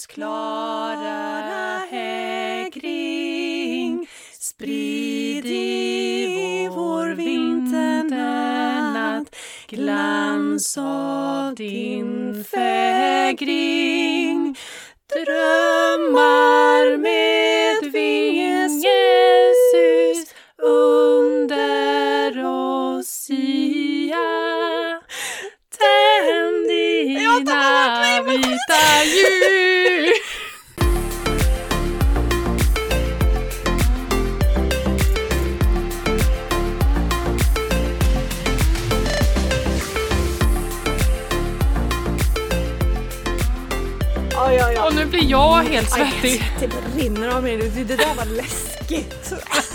Klara hägring, sprid i vår vinternatt glans av din fägring. Drömmar med vingesus under oss sia. Tänd dina vita ljus. Och nu blir jag helt svettig. Det rinner av mig. Det där var läskigt.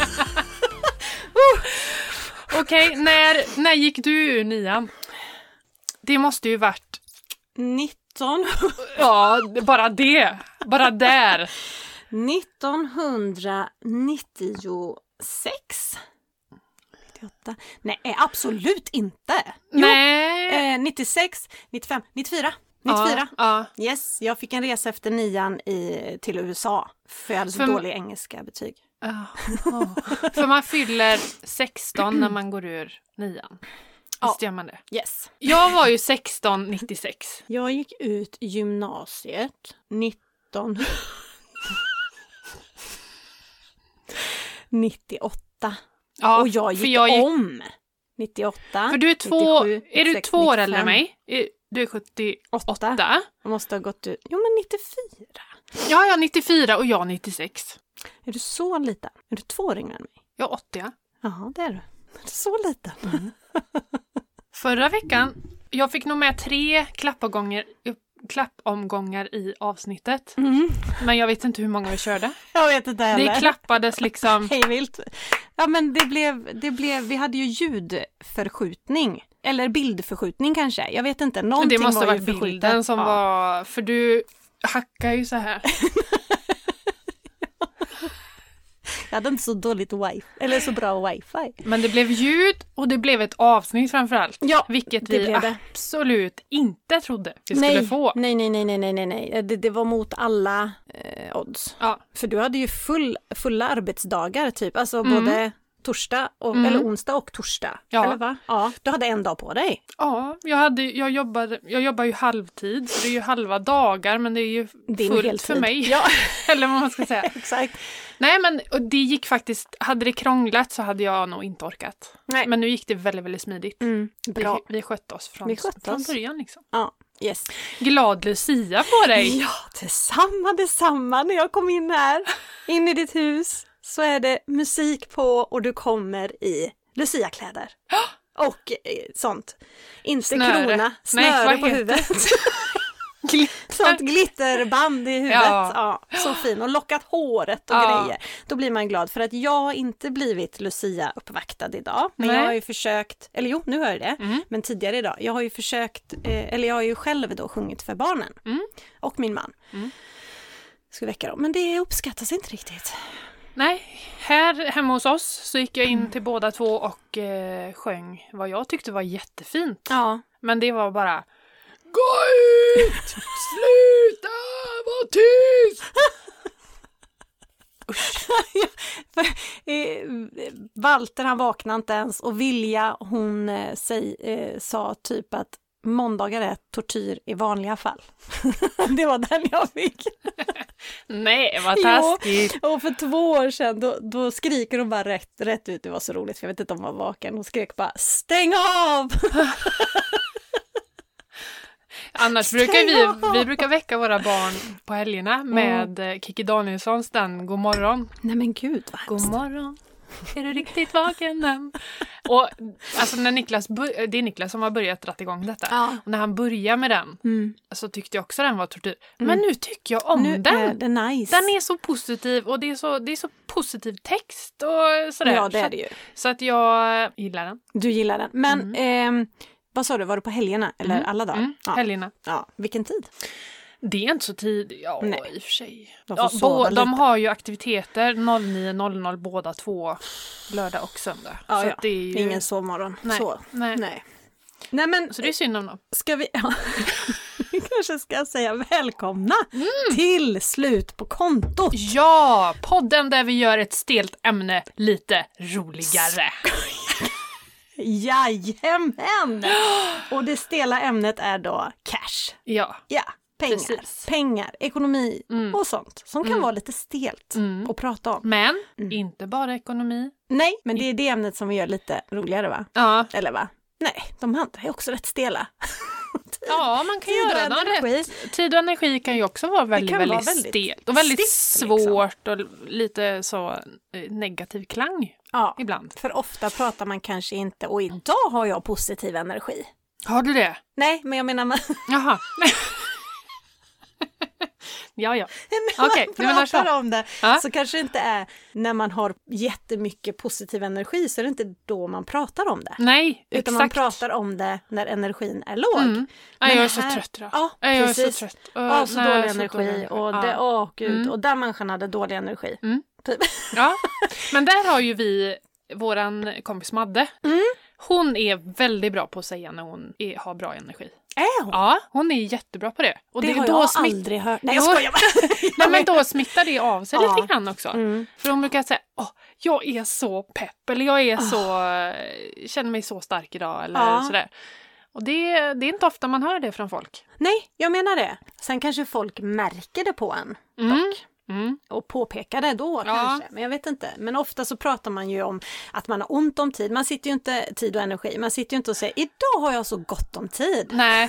Okej, när gick du ur 9? Det måste ju varit 19. Ja, bara det. Bara där. 1996. 98. Nej, absolut inte. Nej. 96, 95, 94. Ja. Yes, jag fick en resa efter 9 till USA. För jag hade så dåliga engelska betyg. För man fyller 16 när man går ur 9. Visst gör man det? Yes. Jag var ju 16, 96. Jag gick ut gymnasiet 98. Ja, och jag gick om 98. För du är 97, är du 96, 2 år 95. äldre än mig? Du är 78. Jag måste ha gått ut. Jo, men 94. Ja, 94 och jag 96. Är du så liten? Är du 2 år yngre än mig? Jag är 80. Jaha, det är du. Är du så liten? Mm. Förra veckan, jag fick nog med 3 klappomgångar i avsnittet. Men jag vet inte hur många vi körde. Jag vet inte heller. Det klappades liksom. Hej vilt. Ja, men det blev, vi hade ju ljudförskjutning. Eller bildförskjutning kanske. Jag vet inte. Någonting det måste var ha ju varit förskjutet. bilden som var. För du hackar ju så här. Jag hade inte så dåligt wifi. Eller så bra wifi. Men det blev ljud och det blev ett avsnitt framförallt. Ja, vilket det vi blev det. Absolut inte trodde vi skulle få. Nej. Det var mot alla odds. Ja. För du hade ju fulla arbetsdagar typ. Alltså både torsdag och, eller onsdag och torsdag. Ja. Eller va? Ja. Du hade en dag på dig. Ja, jag jobbar ju halvtid. Så det är ju halva dagar, men det är ju fullt för mig. Ja. Eller vad man ska säga. Exakt. Nej, men och det gick faktiskt, hade det krånglat så hade jag nog inte orkat. Nej. Men nu gick det väldigt, väldigt smidigt. Bra. Vi skötte oss från början liksom. Ja, yes. Glad Lucia på dig! Ja, detsamma. När jag kom in i ditt hus, så är det musik på och du kommer i Lucia-kläder. Och sånt. Inte snöre på huvudet. Sånt glitterband i huvudet. Ja, så fin. Och lockat håret och grejer. Då blir man glad. För att jag har inte blivit Lucia uppvaktad idag. Men jag har ju försökt, eller jo, nu hör jag det. Men tidigare idag. Jag har ju försökt, eller jag har ju själv då sjungit för barnen. Och min man. Ska väcka dem. Men det uppskattas inte riktigt. Nej, hemma hos oss så gick jag in till båda två och sjöng vad jag tyckte var jättefint. Ja. Men det var bara gå ut! Sluta! Var tyst! Walter, han vaknade inte ens, och Vilja, hon sa typ att måndagar är tortyr i vanliga fall. Det var den jag fick. Nej, vad taskigt. Jo, och för 2 år sedan då skriker de bara rätt ut. Det var så roligt, för jag vet inte om hon var vaken. Hon skrek bara, stäng av! Annars brukar vi brukar väcka våra barn på helgerna med Kiki Danielssons den God morgon. Nej men gud, vad God morgon. Är du riktigt vaken än? Och alltså när det är Niklas som har börjat dra igång detta. Ja. Och när han börjar med den så tyckte jag också den var tortyr. Men nu tycker jag om den. Är det nice. Den är så positiv och det är så positiv text och sådär. Ja, det är det ju. Så att jag gillar den. Du gillar den. Men vad sa du, var det på helgerna eller alla dagar? Ja. Helgerna. Ja, vilken tid? Det är inte så tidigt, nej. I och för sig. De har ju aktiviteter 09:00 båda två, lördag och söndag. Ja, så det är ju ingen sovmorgon. Nej. Nej, men så det är synd om dem. Ska vi Vi kanske ska säga välkomna till Slut på kontot. Ja, podden där vi gör ett stelt ämne lite roligare. Jajamän! Och det stela ämnet är då cash. Ja. Ja, Precis. pengar, ekonomi och sånt som kan vara lite stelt att prata om. Men inte bara ekonomi. Nej, men det är det ämnet som vi gör lite roligare, va? Ja. Eller va? Nej, de andra är också rätt stela. Ja, man kan göra dem rätt. Tid och energi kan ju också vara väldigt stelt och väldigt svårt liksom. Och lite så negativ klang ibland. För ofta pratar man kanske inte, och idag har jag positiv energi. Har du det? Nej, men jag menar... Jaha. Ja. Okej, du menar så. Om det, så kanske det inte är när man har jättemycket positiv energi, så är det inte då man pratar om det. Nej, utan man pratar om det när energin är låg. Jag är så trött idag. Ja, jag precis. är så trött. Så dålig energi. Och det, gud. Och den människan hade dålig energi. Typ. Ja, men där har ju vi våran kompis Madde. Hon är väldigt bra på att säga när hon har bra energi. Är hon? Ja, hon är jättebra på det. Och det har då jag aldrig hört. Nej, jag skojar bara. Nej, men då smittar det av sig lite grann också. För hon brukar säga, jag är så pepp, eller jag är känner mig så stark idag, eller sådär. Och det är inte ofta man hör det från folk. Nej, jag menar det. Sen kanske folk märker det på en dock. Och påpekar det då kanske, men jag vet inte. Men ofta så pratar man ju om att man har ont om tid. Man sitter ju inte, tid och energi, man sitter ju inte och säger, idag har jag så gott om tid. Nej.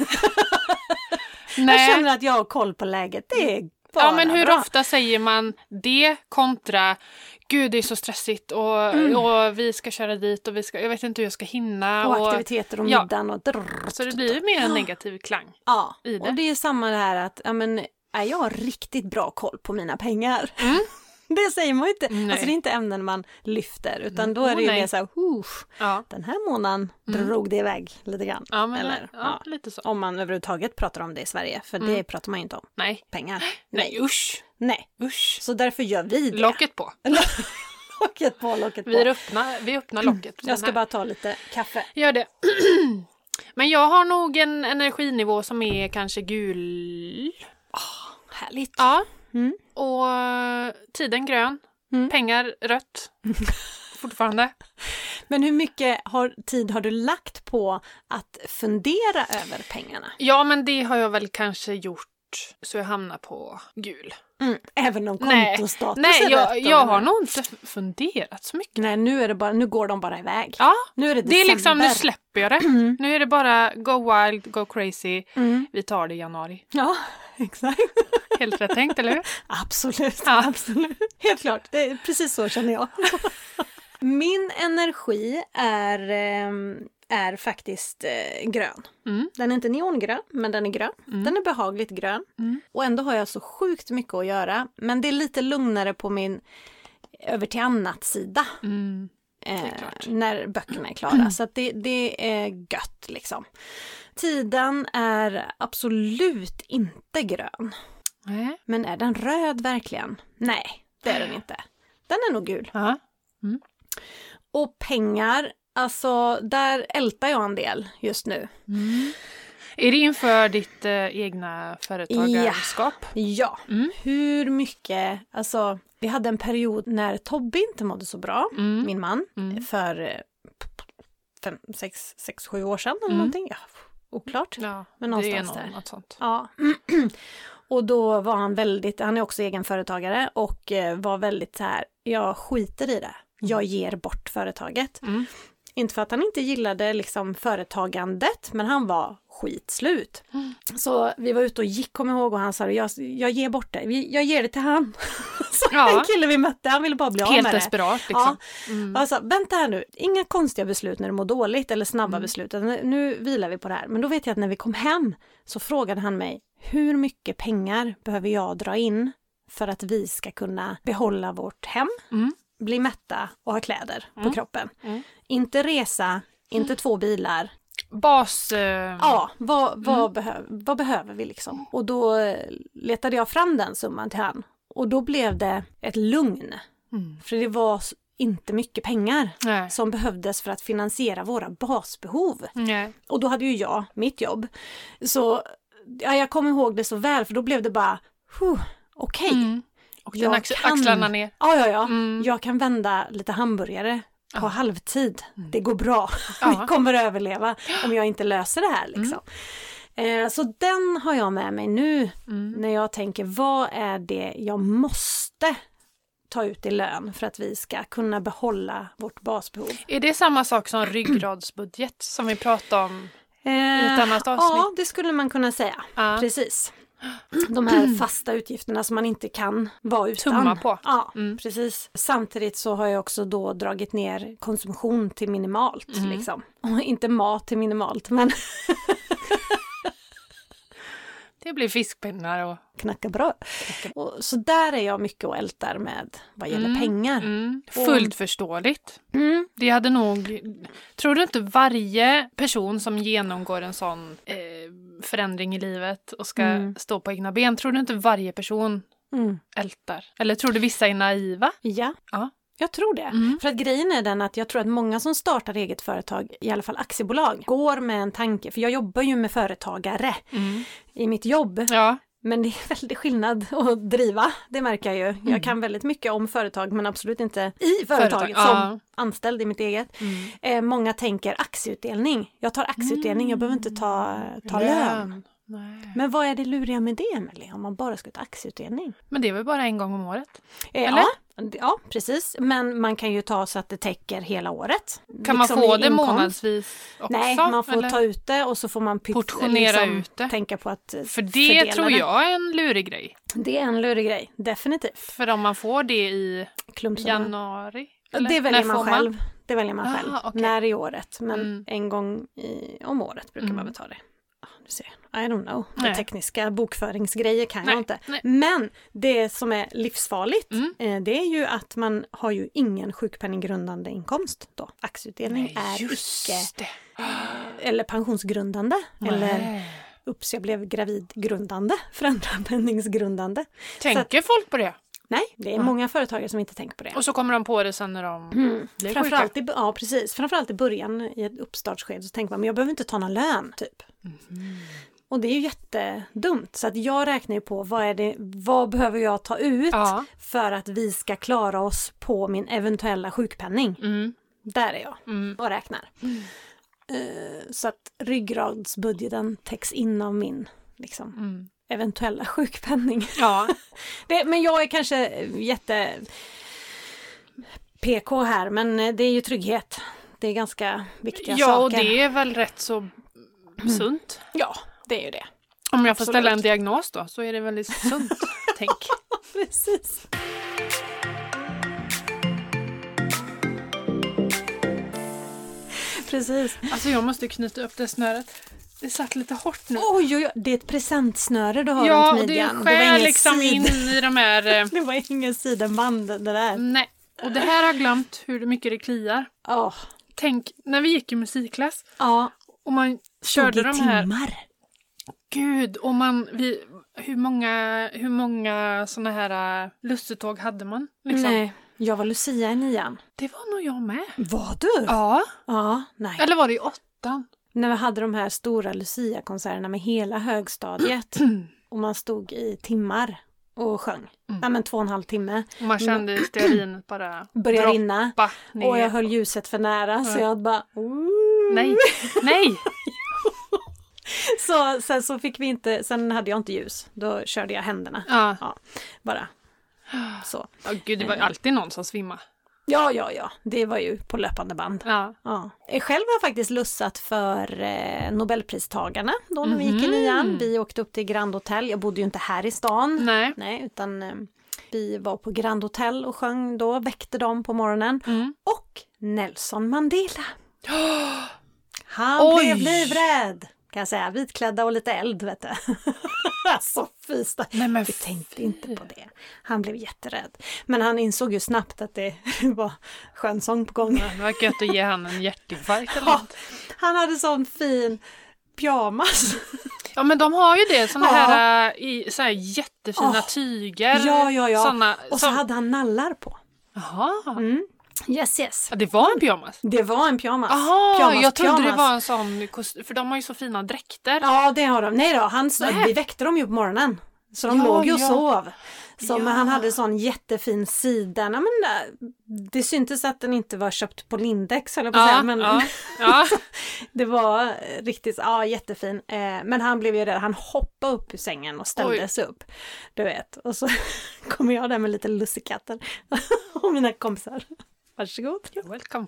Jag känner att jag har koll på läget, det är bara men hur bra. ofta säger man det kontra, gud det är så stressigt och vi ska köra dit och jag vet inte hur jag ska hinna. Och aktiviteter och middagen och så det blir mer en negativ klang i det. Och det är samma det här att, jag har riktigt bra koll på mina pengar. Det säger man ju inte. Nej. Alltså det är inte ämnen man lyfter, utan då är det ju mer så här, den här månaden drog det iväg lite grann. Ja, men eller, lite så. Om man överhuvudtaget pratar om det i Sverige, för det pratar man ju inte om. Nej. Pengar. Nej, usch. Nej. Usch. Så därför gör vi det. Locket på. Locket på. Vi öppnar locket. Jag ska bara ta lite kaffe. Gör det. Men jag har nog en energinivå som är kanske gul. Härligt. Ja. Och tiden grön. Pengar rött. Fortfarande. Men hur mycket tid har du lagt på att fundera över pengarna? Ja, men det har jag väl kanske gjort så jag hamnar på gul. Även om kontostatus är rätt. Nej, jag har nog inte funderat så mycket. Nej, nu går de bara iväg. Ja, nu är det är liksom, nu släpper jag det. Nu är det bara go wild, go crazy. Vi tar det i januari. Ja, exakt. Helt rätt tänkt, eller hur? Absolut, absolut. Helt klart, det är precis så känner jag. Min energi är faktiskt grön. Den är inte neongrön, men den är grön. Den är behagligt grön. Och ändå har jag så sjukt mycket att göra. Men det är lite lugnare på min över till annat sida. När böckerna är klara. Så att det är gött liksom. Tiden är absolut inte grön. Men är den röd verkligen? Nej, det är den inte. Den är nog gul. Och pengar, alltså där ältar jag en del just nu. Är det inför ditt egna företagarskap? Ja. Hur mycket, alltså vi hade en period när Tobbe inte mådde så bra, min man, för 6-7 år sedan eller någonting. Ja, oklart. Ja, men någonstans det är där. något sånt. Ja. Och då var han är också egenföretagare och var väldigt så här, jag skiter i det. Jag ger bort företaget. Inte för att han inte gillade liksom företagandet, men han var skitslut. Så vi var ute och gick, kom ihåg, och han sa, jag ger bort det. Jag ger det till han. Så en kille vi mötte, han ville bara bli av med det. Helt desperat liksom. Ja. Alltså, vänta här nu, inga konstiga beslut när du mår dåligt eller snabba beslut. Nu vilar vi på det här. Men då vet jag att när vi kom hem så frågade han mig, hur mycket pengar behöver jag dra in för att vi ska kunna behålla vårt hem? Bli mätta och ha kläder på kroppen. Inte resa, inte 2 bilar. Bas... Ja, vad behöver vi liksom? Och då letade jag fram den summan till han. Och då blev det ett lugn. För det var inte mycket pengar som behövdes för att finansiera våra basbehov. Och då hade ju jag mitt jobb. Så jag kommer ihåg det så väl, för då blev det bara, okej. Och den axlarna ner. Ja. Jag kan vända lite hamburgare på halvtid. Det går bra. Vi kommer att överleva om jag inte löser det här liksom. Så den har jag med mig nu när jag tänker, vad är det jag måste ta ut i lön för att vi ska kunna behålla vårt basbehov? Är det samma sak som ryggradsbudget som vi pratade om i ett annat avsnitt? Ja, det skulle man kunna säga. Precis. De här fasta utgifterna som man inte kan vara utan. Tumma på. Ja, precis. Samtidigt så har jag också då dragit ner konsumtion till minimalt. Liksom. Och inte mat till minimalt, men... Det blir fiskpinnar och... knacka bröd. Och så där är jag mycket och ältar med vad gäller pengar. Fullt förståeligt. Det hade nog... Tror du inte varje person som genomgår en sån förändring i livet och ska stå på egna ben, tror du inte varje person ältar? Eller tror du vissa är naiva? Ja. Jag tror det. För att grejen är den att jag tror att många som startar eget företag, i alla fall aktiebolag, går med en tanke. För jag jobbar ju med företagare i mitt jobb. Ja. Men det är väldigt skillnad att driva, det märker jag ju. Jag kan väldigt mycket om företag, men absolut inte i företaget som anställd i mitt eget. Många tänker aktieutdelning. Jag tar aktieutdelning, jag behöver inte ta lön. Nej. Men vad är det luriga med det, Emelie, om man bara ska ta aktieutdelning? Men det är väl bara en gång om året? Eller? Ja, precis. Men man kan ju ta så att det täcker hela året. Kan liksom man få det månadsvis också? Nej, man får ta ut det och så får man portionera ut det. Tänka på att för det tror jag är en lurig grej. Det är en lurig grej, definitivt. För om man får det i januari? Eller? Det väljer man själv. Det väljer man själv. Okay. När i året. Men en gång om året brukar man väl ta det. I don't know. De tekniska bokföringsgrejer kan jag inte. Nej. Men det som är livsfarligt det är ju att man har ju ingen sjukpenninggrundande inkomst då. Aktieutdelning är icke eller pensionsgrundande eller jag blev gravidgrundande, föräldrapenningsgrundande. Tänker folk på det? Nej, det är många företagare som inte tänker på det. Och så kommer de på det sen när de blir sjuka. Precis. Framförallt i början i ett uppstartsskede så tänker man, men jag behöver inte ta någon lön typ. Och det är ju jättedumt. Så att jag räknar ju på vad behöver jag ta ut för att vi ska klara oss på min eventuella sjukpenning. Där är jag och räknar. Så att ryggradsbudgeten täcks in av min liksom, eventuella sjukpenning. Ja. Men jag är kanske jätte PK här, men det är ju trygghet. Det är ganska viktiga saker. Ja, och det är väl rätt så sunt. Ja, det är ju det. Om jag får ställa en diagnos då, så är det väldigt sunt, tänk. Precis. Precis. Alltså jag måste knyta upp det snöret. Det satt lite hårt nu. Oj, det är ett presentsnöre du har runt midjan. Ja, det skär liksom in i de här... Det var ingen sidenband det där. Nej, och det här har jag glömt hur mycket det kliar. Tänk, när vi gick i musikklass och man körde de här... timmar. Gud, och hur många såna här lussetåg hade man? Liksom? Nej, jag var Lucia i 9:an. Det var nog jag med. Var du? Ja, nej. Eller var det i 8:an? När vi hade de här stora Lucia-konserterna med hela högstadiet och man stod i timmar och sjöng. Nej, men 2,5 timme. Och man kände stearinet bara börja rinna. Ner. Och jag höll ljuset för nära så jag bara... Nej! Så sen så fick vi inte... Sen hade jag inte ljus. Då körde jag händerna. Ja, bara så. Gud, det var alltid någon som svimmade. Ja. Det var ju på löpande band. Ja. Jag själv har faktiskt lussat för Nobelpristagarna då när vi gick i 9:an. Vi åkte upp till Grand Hotel. Jag bodde ju inte här i stan. Nej, utan vi var på Grand Hotel och sjöng då. Väckte dem på morgonen. Och Nelson Mandela. Han blev livrädd. Kan jag säga, vitklädda och lite eld, vet du. Så fysta. Vi tänkte inte på det. Han blev jätterädd. Men han insåg ju snabbt att det var skönsång på gång. Det var gött att ge han en hjärtinfarkt eller något. Han hade sån fin pyjamas. Ja, men de har ju det, såna här jättefina tyger. Ja. Och så hade han nallar på. Jaha. Yes. Ja, det var en pyjamas? Det var en pyjamas. Jaha, jag trodde det var en sån, för de har ju så fina dräkter. Ja, det har de. Nej då, vi väckte dem ju på morgonen. Så de låg ju och sov. Men han hade sån jättefin sida. Men det syntes att den inte var köpt på Lindex, eller på att säga. Men det var riktigt jättefin. Men han blev ju rädd. Han hoppade upp ur sängen och ställde sig upp. Du vet. Och så kommer jag där med lite lussekatter. Och mina kompisar. Varsågod. You're welcome.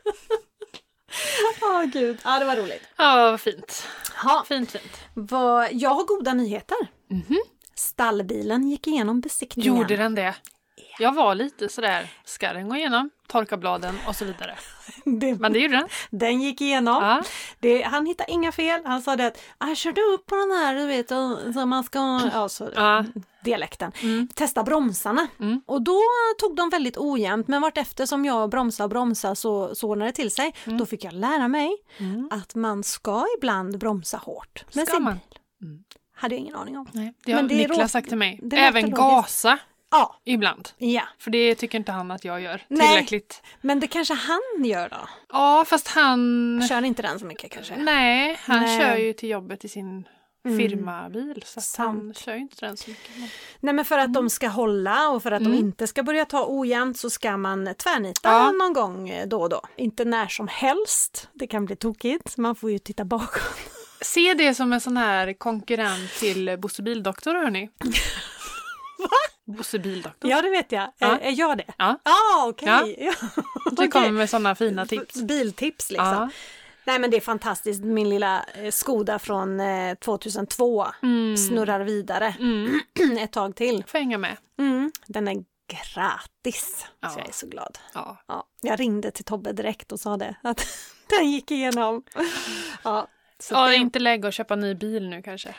Gud. Ja, det var roligt. Ja, vad fint. Ja. Fint. Jag har goda nyheter. Stallbilen gick igenom besiktningen. Gjorde den det? Jag var lite sådär, ska den gå igenom? Torka bladen och så vidare. Men det gjorde den. Den gick igenom. Ja. Han hittade inga fel. Han sa det att jag körde upp på den här, du vet, så man ska, dialekten, testa bromsarna. Och då tog de väldigt ojämnt, men vartefter som jag bromsade så ordnade det till sig. Då fick jag lära mig att man ska ibland bromsa hårt. Ska man? Hade jag ingen aning om. Nej, det har Niklas sagt till mig. Även gasa ibland. Ja. För det tycker inte han att jag gör tillräckligt. Nej, men det kanske han gör då? Ja, fast han... Kör inte den så mycket kanske? Nej, han kör ju till jobbet i sin firmabil. Så han kör ju inte den så mycket. Nej, men för att de ska hålla och för att de inte ska börja ta ojämnt så ska man tvärnita någon gång då och då. Inte när som helst. Det kan bli tokigt. Man får ju titta bakåt. Se det som en sån här konkurrent till Bosse Bildoktor, hörni. Va? Bosse Bildoktor. Ja, det vet jag. Är jag det? Ja. Okej. Ja. Du kommer med såna fina tips. Biltips liksom. Ja. Nej, men det är fantastiskt. Min lilla Skoda från 2002 snurrar vidare ett tag till. Får hänga med. Den är gratis. Så jag är så glad. Ja. Jag ringde till Tobbe direkt och sa det. Att den gick igenom. Det är inte läge att köpa en ny bil nu kanske?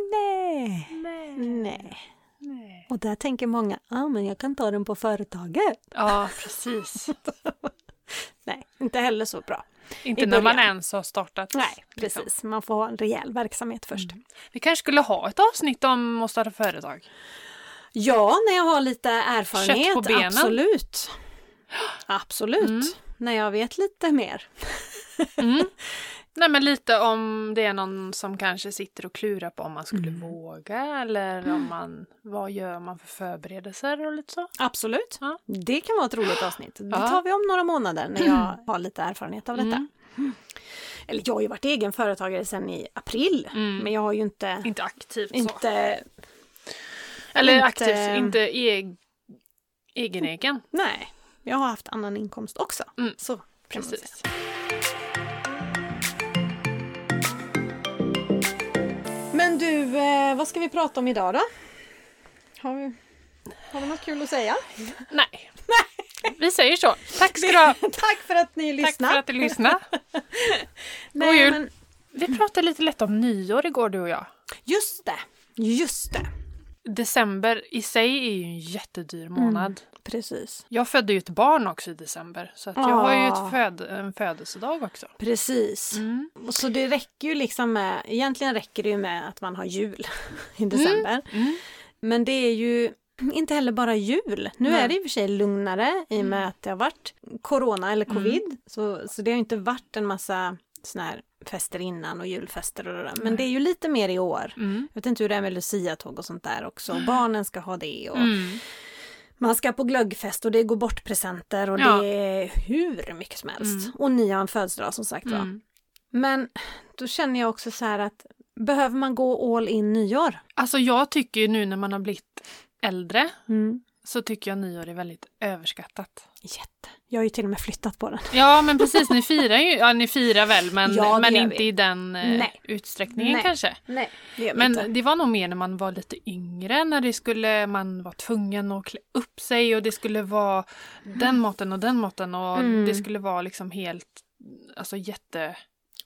Nej. Och där tänker många, men jag kan ta den på företaget. Ja, precis. Nej, inte heller så bra. Inte när man ens har startat. Nej, precis. Liksom. Man får ha en rejäl verksamhet först. Vi kanske skulle ha ett avsnitt om att starta företag. Ja, när jag har lite erfarenhet. Kött på benen. Absolut. När jag vet lite mer. Nej, men lite om det är någon som kanske sitter och klurar på om man skulle våga eller om vad gör man för förberedelser och lite så. Absolut. Ja. Det kan vara ett roligt avsnitt. Det tar vi om några månader när jag har lite erfarenhet av detta. Eller jag har ju varit egen företagare sedan i april, men jag har ju inte aktivt inte, eller aktivt, inte egen. Nej, jag har haft annan inkomst också. Så precis. Men du, vad ska vi prata om idag då? Har du något kul att säga? Nej. Vi säger så. Tack ska du ha. Tack för att ni lyssnade. Tack för att du lyssnade. God jul. Vi pratade lite lätt om nyår igår, du och jag. Just det. December i sig är ju en jättedyr månad. Precis. Jag födde ju ett barn också i december. Så att jag har ju en födelsedag också. Precis. Så det räcker ju liksom med, egentligen räcker det ju med att man har jul i december. Men det är ju inte heller bara jul. Nu är det i och för sig lugnare i och med att det har varit corona eller covid. Så det har inte varit en massa såna här fester innan och julfester och det där. Men det är ju lite mer i år. Jag vet inte hur det är med Lucia-tåg och sånt där också. Och barnen ska ha det och man ska på glöggfest och det går bort presenter och det är hur mycket som helst. Och ni har en födelsedag som sagt va. Men då känner jag också så här att behöver man gå all in nyår? Alltså jag tycker ju nu när man har blivit äldre så tycker jag nyår är väldigt överskattat. Jätte. Jag har ju till och med flyttat på den. Ja, men precis. Ni firar väl, men inte i den utsträckningen kanske. Nej, men det var nog mer när man var lite yngre, när man var tvungen att klä upp sig och det skulle vara den måtten och det skulle vara liksom helt, alltså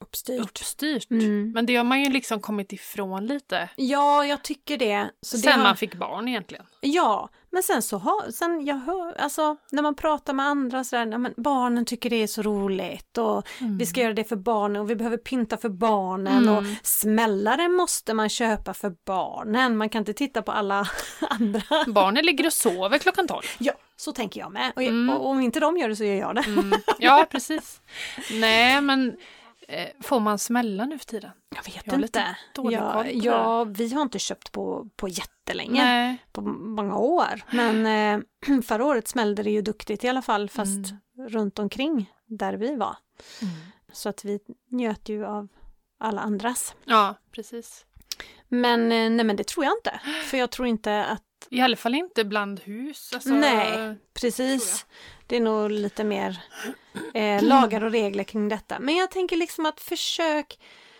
uppstyrt. Men det har man ju liksom kommit ifrån lite. Ja, jag tycker det. Så sen man fick barn egentligen. Ja, men sen jag hör, alltså när man pratar med andra så där, men barnen tycker det är så roligt och vi ska göra det för barnen och vi behöver pynta för barnen och smällare måste man köpa för barnen. Man kan inte titta på alla andra. Barnen ligger och sover klockan 12. Ja, så tänker jag med. Och om inte de gör det så gör jag det. Ja, precis. Nej, men får man smälla nu för tiden? Jag vet inte. Ja, vi har inte köpt på jättelänge. Nej. På många år. Men förra året smällde det ju duktigt i alla fall, fast runt omkring där vi var. Så att vi njöt ju av alla andras. Ja, precis. Men nej, men det tror jag inte. För jag tror inte att... I alla fall inte bland hus. Alltså, nej, precis. Det är nog lite mer lagar och regler kring detta. Men jag tänker liksom att försök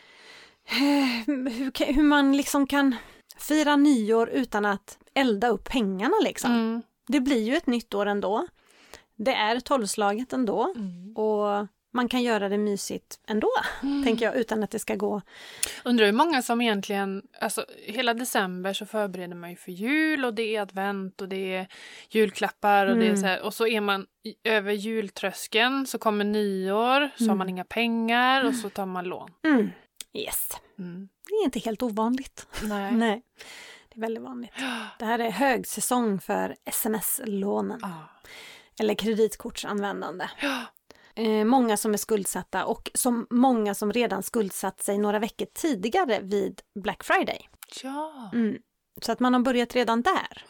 hur man liksom kan fira nyår utan att elda upp pengarna liksom. Det blir ju ett nytt år ändå. Det är 12-slaget ändå. Och man kan göra det mysigt ändå, tänker jag, utan att det ska gå. Undrar hur många som egentligen, alltså hela december så förbereder man ju för jul och det är advent och det är julklappar och det är så här, och så är man över jultröskeln så kommer nyår, så har man inga pengar och så tar man lån. Yes. Det är inte helt ovanligt. Nej. Det är väldigt vanligt. Det här är högsäsong för sms-lånen. Eller kreditkortsanvändande. Många som är skuldsatta och många som redan skuldsatt sig några veckor tidigare vid Black Friday. Ja. Så att man har börjat redan där.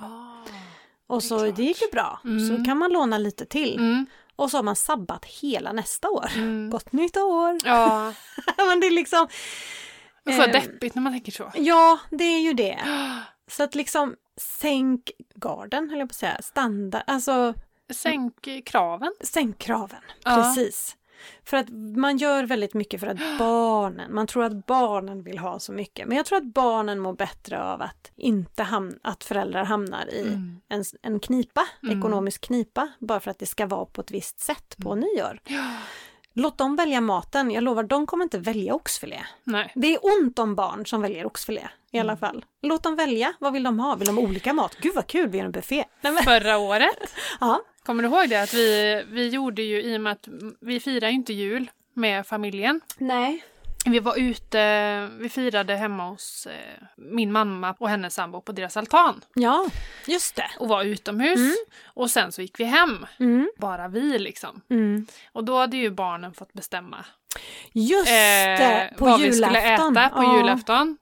Och så det gick ju bra. Så kan man låna lite till. Och så har man sabbat hela nästa år. Gott nytt år. Ja. Men det är liksom... Det är så deppigt när man tänker så. Ja, det är ju det. Så att liksom sänk garden, höll jag på att säga. Standard, alltså... Sänk kraven. Sänk kraven, precis. För att man gör väldigt mycket för att man tror att barnen vill ha så mycket. Men jag tror att barnen mår bättre av att att föräldrar hamnar i en knipa, ekonomisk knipa, bara för att det ska vara på ett visst sätt på nyår. Låt dem välja maten. Jag lovar, de kommer inte välja oxfilé. Nej. Det är ont om barn som väljer oxfilé i alla fall. Låt dem välja. Vad vill de ha? Vill de ha olika mat? Gud vad kul, vi gör en buffé. Förra året, ja. Kommer du ihåg det? Att vi gjorde ju, i och med att vi firar ju inte jul med familjen. Nej. Vi var ute, vi firade hemma hos min mamma och hennes sambo på deras altan. Ja, just det. Och var utomhus. Och sen så gick vi hem. Bara vi liksom. Och då hade ju barnen fått bestämma. Just det, på vad julafton. Vi skulle äta på julafton.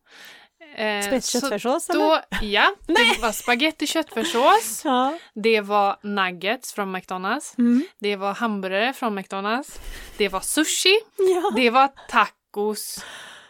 Köttfärssås eller? Ja, det var spaghetti köttfärssås. Ja. Det var nuggets från McDonald's. Det var hamburgare från McDonald's. Det var sushi. Ja. Det var tacos.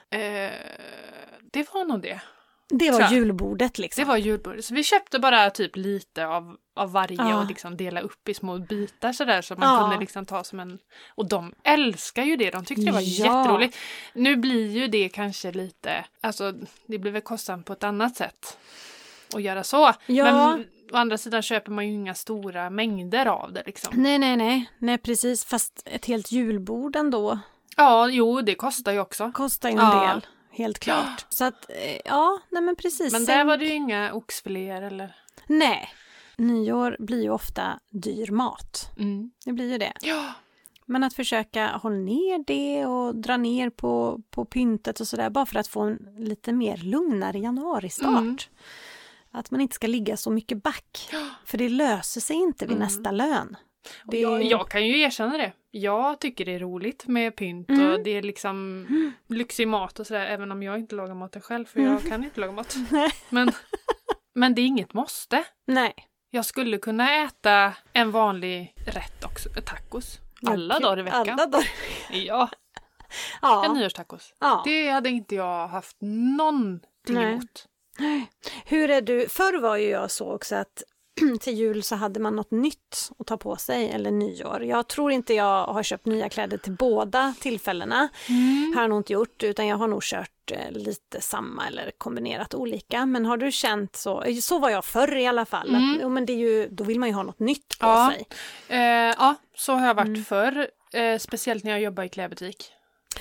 Det var nog det. Det var julbordet liksom. Det var julbordet. Så vi köpte bara typ lite av varje och liksom dela upp i små bitar sådär så man kunde liksom ta som en... Och de älskar ju det. De tyckte det var jätteroligt. Nu blir ju det kanske lite... Alltså det blir väl kostsamt på ett annat sätt att göra så. Ja. Men å andra sidan köper man ju inga stora mängder av det liksom. Nej, precis. Fast ett helt julbord ändå. Ja, jo, det kostar ju också. Kostar ju en del. Helt klart. Så att, nej men precis. Men där var det ju inga oxfiléer eller? Nej. Nyår blir ju ofta dyr mat. Det blir ju det. Ja. Men att försöka hålla ner det och dra ner på pyntet och sådär. Bara för att få en lite mer lugnare januaristart. Att man inte ska ligga så mycket back. För det löser sig inte vid nästa lön. Jag kan ju erkänna det. Jag tycker det är roligt med pynt och det är liksom lyxig mat och sådär, även om jag inte lagar maten själv för jag kan inte laga mat. Men det är inget måste. Nej. Jag skulle kunna äta en vanlig rätt också, tacos. Alla dagar i veckan. Alla dagar. Ja. En nyårstacos. Ja. Det hade inte jag haft någonting emot. Hur är du? Förr var ju jag så också att till jul så hade man något nytt att ta på sig, eller nyår. Jag tror inte jag har köpt nya kläder till båda tillfällena. Har jag nog inte gjort, utan jag har nog kört lite samma eller kombinerat olika. Men har du känt så var jag förr i alla fall. Att, men det är ju, då vill man ju ha något nytt på sig. Ja, så har jag varit förr. Speciellt när jag jobbar i klädbutik.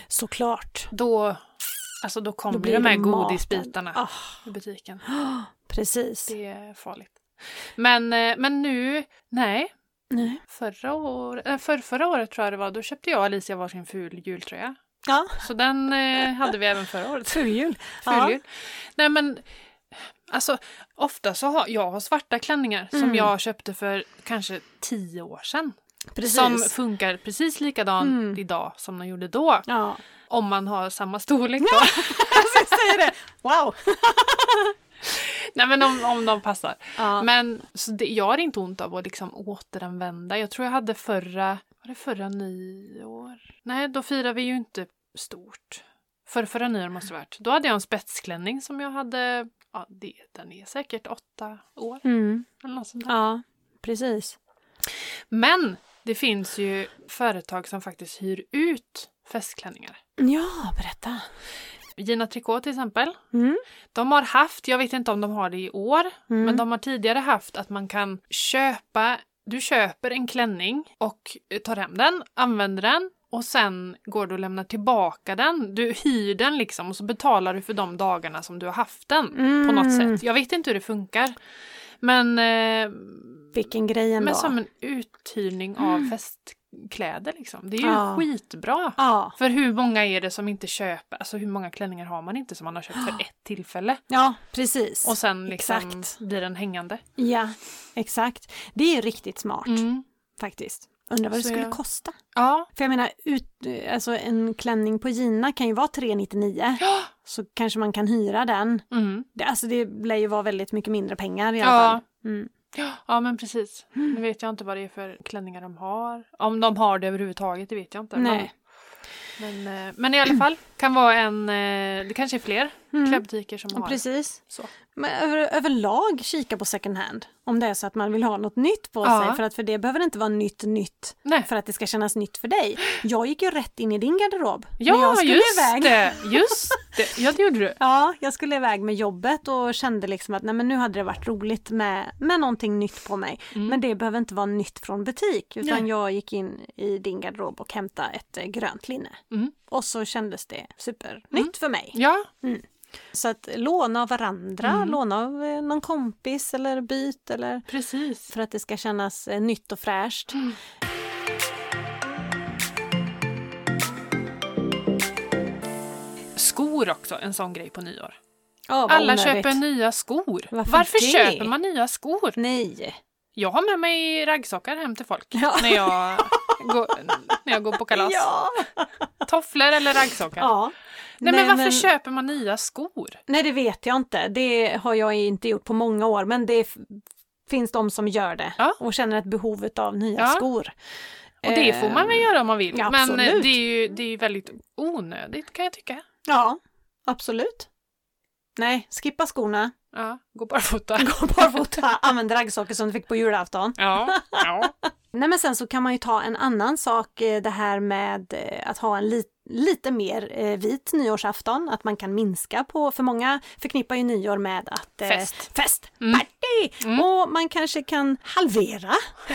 Såklart. Då kommer de här godisbitarna i butiken. Precis. Det är farligt. Men nu, nej. Förra året tror jag det var, då köpte jag och Alicia varsin ful jultröja. Ja. Så den hade vi även förra året. Fuljul. Ja. Nej men, alltså ofta så har jag svarta klänningar som jag köpte för kanske 10 år sedan. Precis. Som funkar precis likadant idag som de gjorde då. Ja. Om man har samma storlek då. Jag ska säga det. Wow. Nej men om de passar. Ja. Men så jag har inte ont av att liksom återanvända. Jag tror jag hade förra nyår. Nej, då firar vi ju inte stort. Förra nyår måste det varit. Då hade jag en spetsklänning som jag hade, den är säkert 8 år. Eller något sånt där. Ja, precis. Men det finns ju företag som faktiskt hyr ut festklänningar. Ja, berätta. Gina Tricot till exempel. De har haft, jag vet inte om de har det i år, men de har tidigare haft att man kan du köper en klänning och tar hem den, använder den och sen går du och lämnar tillbaka den. Du hyr den liksom och så betalar du för de dagarna som du har haft den på något sätt. Jag vet inte hur det funkar. Men vilken grej ändå. Men som en uthyrning av festkläder liksom. Det är ju skitbra. För hur många är det som inte köper, alltså hur många klänningar har man inte som man har köpt för ett tillfälle? Ja, precis. Och sen liksom blir den hängande. Ja, exakt. Det är ju riktigt smart faktiskt. Undrar vad det skulle kosta. Ja. För jag menar, alltså en klänning på Gina kan ju vara 399. Ja. Så kanske man kan hyra den. Det lär ju vara väldigt mycket mindre pengar i alla fall. Ja, men precis. Nu vet jag inte vad det är för klänningar de har. Om de har det överhuvudtaget, det vet jag inte. Nej. Men i alla fall kan vara det kanske är fler klädbutiker som har. Precis. Så. Men överlag kika på second hand. Om det är så att man vill ha något nytt på sig. För det behöver inte vara nytt Nej. för att det ska kännas nytt för dig. Jag gick ju rätt in i din garderob. Ja, just det. Ja, det gjorde du. Ja, jag skulle iväg med jobbet och kände liksom att nu hade det varit roligt med någonting nytt på mig. Men det behöver inte vara nytt från butik. Utan jag gick in i din garderob och hämtade ett grönt linne. Och så kändes det supernytt för mig. Ja. Så att låna av varandra, låna av någon kompis eller byt eller precis. För att det ska kännas nytt och fräscht. Skor också, en sån grej på nyår. Alla köper nya skor. Varför köper man nya skor? Nej. Jag har med mig raggsockar hem till folk när jag går på kalas. Ja. Tofflor eller raggsockar. Ja. Nej, men varför köper man nya skor? Nej, det vet jag inte. Det har jag inte gjort på många år. Men det finns de som gör det. Och känner ett behov av nya skor. Och det får man väl göra om man vill. Ja, men det är ju väldigt onödigt kan jag tycka. Ja, absolut. Nej, skippa skorna. Ja, gå barfota. Använd raggsockor som du fick på julafton. Ja. Nej, men sen så kan man ju ta en annan sak, det här med att ha en lite mer vit nyårsafton, att man kan minska på, för många förknippar ju nyår med att fest, party, och man kanske kan halvera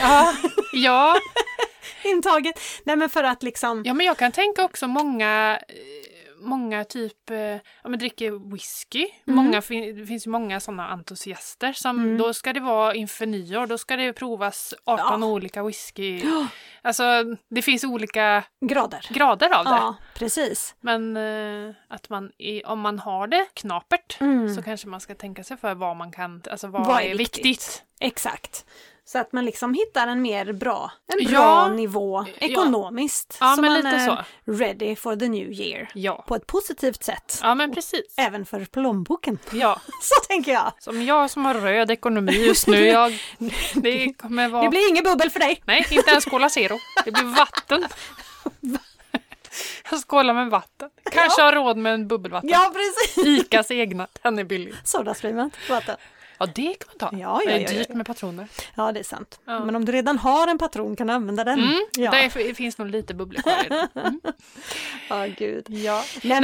intaget. Nej, men för att liksom... Ja, men jag kan tänka också många typ dricker whisky. Det finns ju många sådana entusiaster som då ska det vara inför nyår, då ska det provas 18 olika whisky. Alltså det finns olika grader av det. Ja, precis. Men att om man har det knapert så kanske man ska tänka sig för vad man kan, alltså vad är viktigt. Exakt. Så att man liksom hittar en bra nivå ekonomiskt. Ja, så men man lite är så. Ready for the new year. Ja. På ett positivt sätt. Ja, men precis. Även för plånboken. Ja. Så tänker jag. Som jag som har röd ekonomi just nu. Det kommer vara... Det blir ingen bubbel för dig. Nej, inte ens Cola Zero. Det blir vatten. Jag skålar med vatten. Kanske har råd med en bubbelvatten. Ja, precis. Icas egna. Den är billig. Sodastreamen, vatten. Ja, det kan man ta. Ja, det är dyrt med patroner. Ja, det är sant. Ja. Men om du redan har en patron kan du använda den. Det finns nog lite bubblor kvar redan. Ja, gud. Ja. Nej,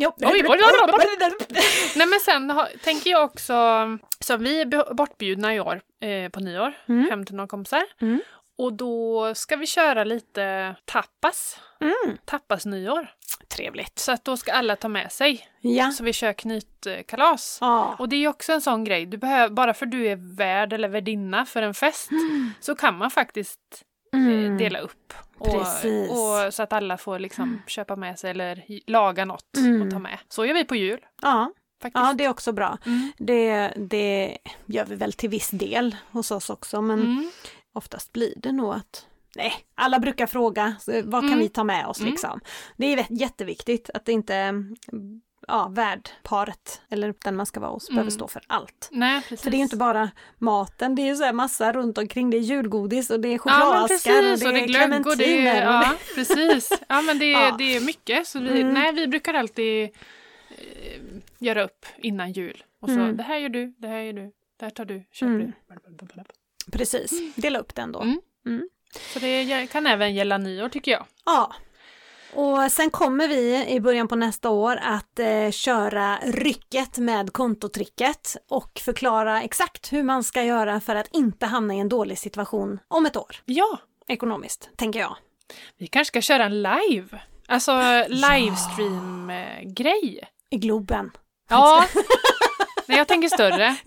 men sen tänker jag också, så vi är bortbjudna i år på nyår hem till några kompisar. Och då ska vi köra lite tapas. Tapas nyår. Trevligt. Så att då ska alla ta med sig. Ja. Så vi kör knytkalas. Ja. Och det är också en sån grej. Du behöver, bara för du är värd eller värdinna för en fest så kan man faktiskt dela upp. Och så att alla får liksom köpa med sig eller laga något och ta med. Så gör vi på jul. Ja. Faktiskt. Ja, det är också bra. Det gör vi väl till viss del hos oss också, men oftast blir det nog att alla brukar fråga vad kan vi ta med oss liksom. Det är jätteviktigt att det inte värdparet eller den man ska vara hos behöver stå för allt. Nej, precis. För det är inte bara maten, det är ju så här massa runt omkring, det är julgodis och det är chokladaskar och det är clementiner. Ja, precis. Ja, men det är mycket. Så vi brukar alltid göra upp innan jul. Och så, det här gör du, det här gör du, det här tar du, köper du. Precis, dela upp den då. Så det kan även gälla nyår tycker jag. Ja. Och sen kommer vi i början på nästa år att köra rycket med kontotricket och förklara exakt hur man ska göra för att inte hamna i en dålig situation om ett år. Ja. Ekonomiskt, tänker jag. Vi kanske ska köra en live. Alltså livestream-grej. I Globen. Ja. Nej, jag tänker större.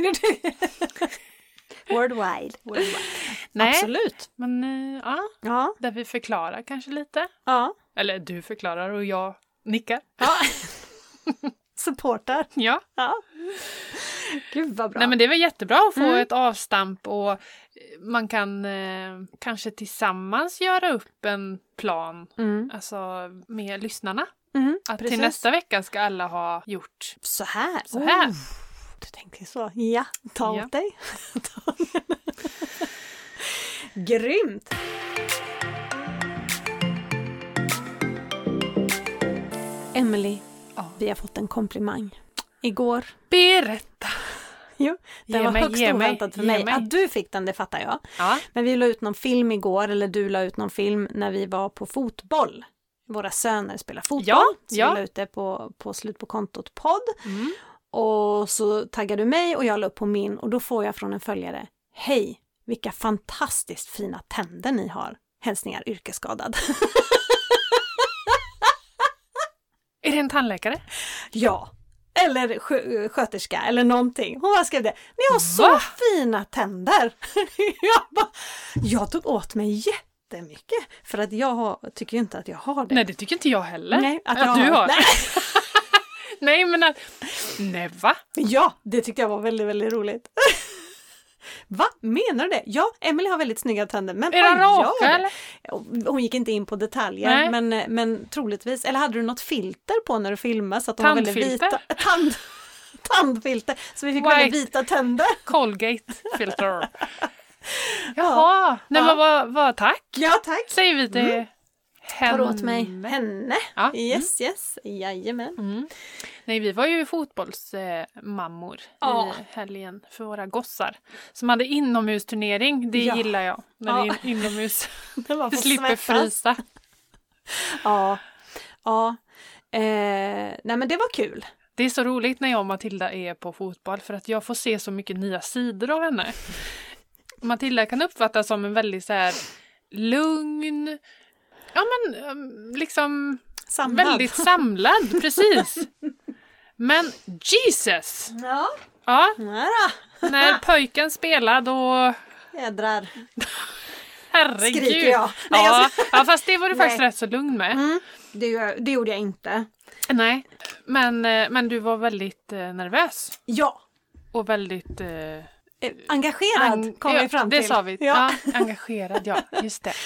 Worldwide. Nej, absolut. Men där vi förklarar kanske lite. Ja. Eller du förklarar och jag nickar. Ja. Supportar. Ja. Gud vad bra. Nej, men det är väl jättebra att få ett avstamp och man kan kanske tillsammans göra upp en plan alltså med lyssnarna. Att till nästa vecka ska alla ha gjort så här. Du tänkte så. Ja, ta åt dig. Grymt! Emily, vi har fått en komplimang. Igår. Berätta! Jo, det var högst oväntat för mig. Att du fick den, det fattar jag. Ja. Men vi la ut någon film igår, eller du la ut någon film när vi var på fotboll. Våra söner spelar fotboll. Så vi la ut det på Slut på kontot podd. Och så taggade du mig och jag la upp på min och då får jag från en följare: hej, vilka fantastiskt fina tänder ni har. Hälsningar yrkesskadad. Är det en tandläkare? Ja. Eller sköterska eller någonting. Hon skrev det. Ni har så fina tänder. Jag tog åt mig jättemycket. För att jag tycker ju inte att jag har det. Nej, det tycker inte jag heller. Nej, att du har. Nej. Nej, men att... Nej, va? Ja, det tyckte jag var väldigt, väldigt roligt. Va? Menar du det? Ja, Emily har väldigt snygga tänder. Men är de raka eller? Hon gick inte in på detaljer. Men troligtvis. Eller hade du något filter på när du filmade? Så att de var väldigt vita. Tandfilter. Så vi fick väldigt vita tänder. Colgate filter. Jaha. Nej, men vad tack. Ja, tack. Säger vi till henne. Tar åt mig henne. Ja. Yes. Jajamän. Nej, vi var ju fotbollsmammor i helgen för våra gossar. Som hade inomhusturnering. Det gillar jag. När det är inomhus. Vi slipper frysa. Ja. Nej, men det var kul. Det är så roligt när jag och Matilda är på fotboll. För att jag får se så mycket nya sidor av henne. Matilda kan uppfattas som en väldigt så här lugn... Ja, men liksom samlad. Väldigt samlad, precis. Men Jesus! Ja. När pöjken spelar då... Jädrar. Herregud. Skriker jag. Nej, ja, fast det var du faktiskt rätt så lugn med. Det gjorde jag inte. Nej, men du var väldigt nervös. Ja. Och väldigt... engagerad kom vi fram till. Det sa vi. Ja, engagerad, ja. Just det.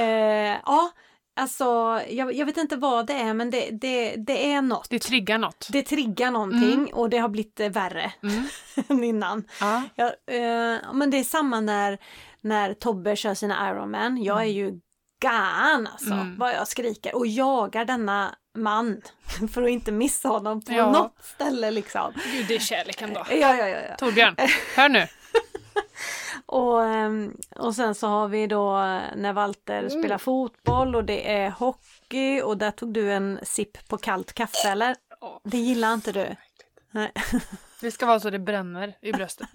Alltså, jag vet inte vad det är, men det är något. Det triggar något. Det triggar någonting och det har blivit värre än innan. Ja. Men det är samma när Tobbe kör sina Ironman. Jag är ju alltså, vad jag skriker och jagar denna man för att inte missa honom på något ställe liksom. Gud, det är kärleken då. Ja. Torbjörn, hör nu. Och sen så har vi då när Walter spelar fotboll och det är hockey och där tog du en sipp på kallt kaffe, eller? Det gillar inte du. Nej. Det ska vara så det bränner i bröstet.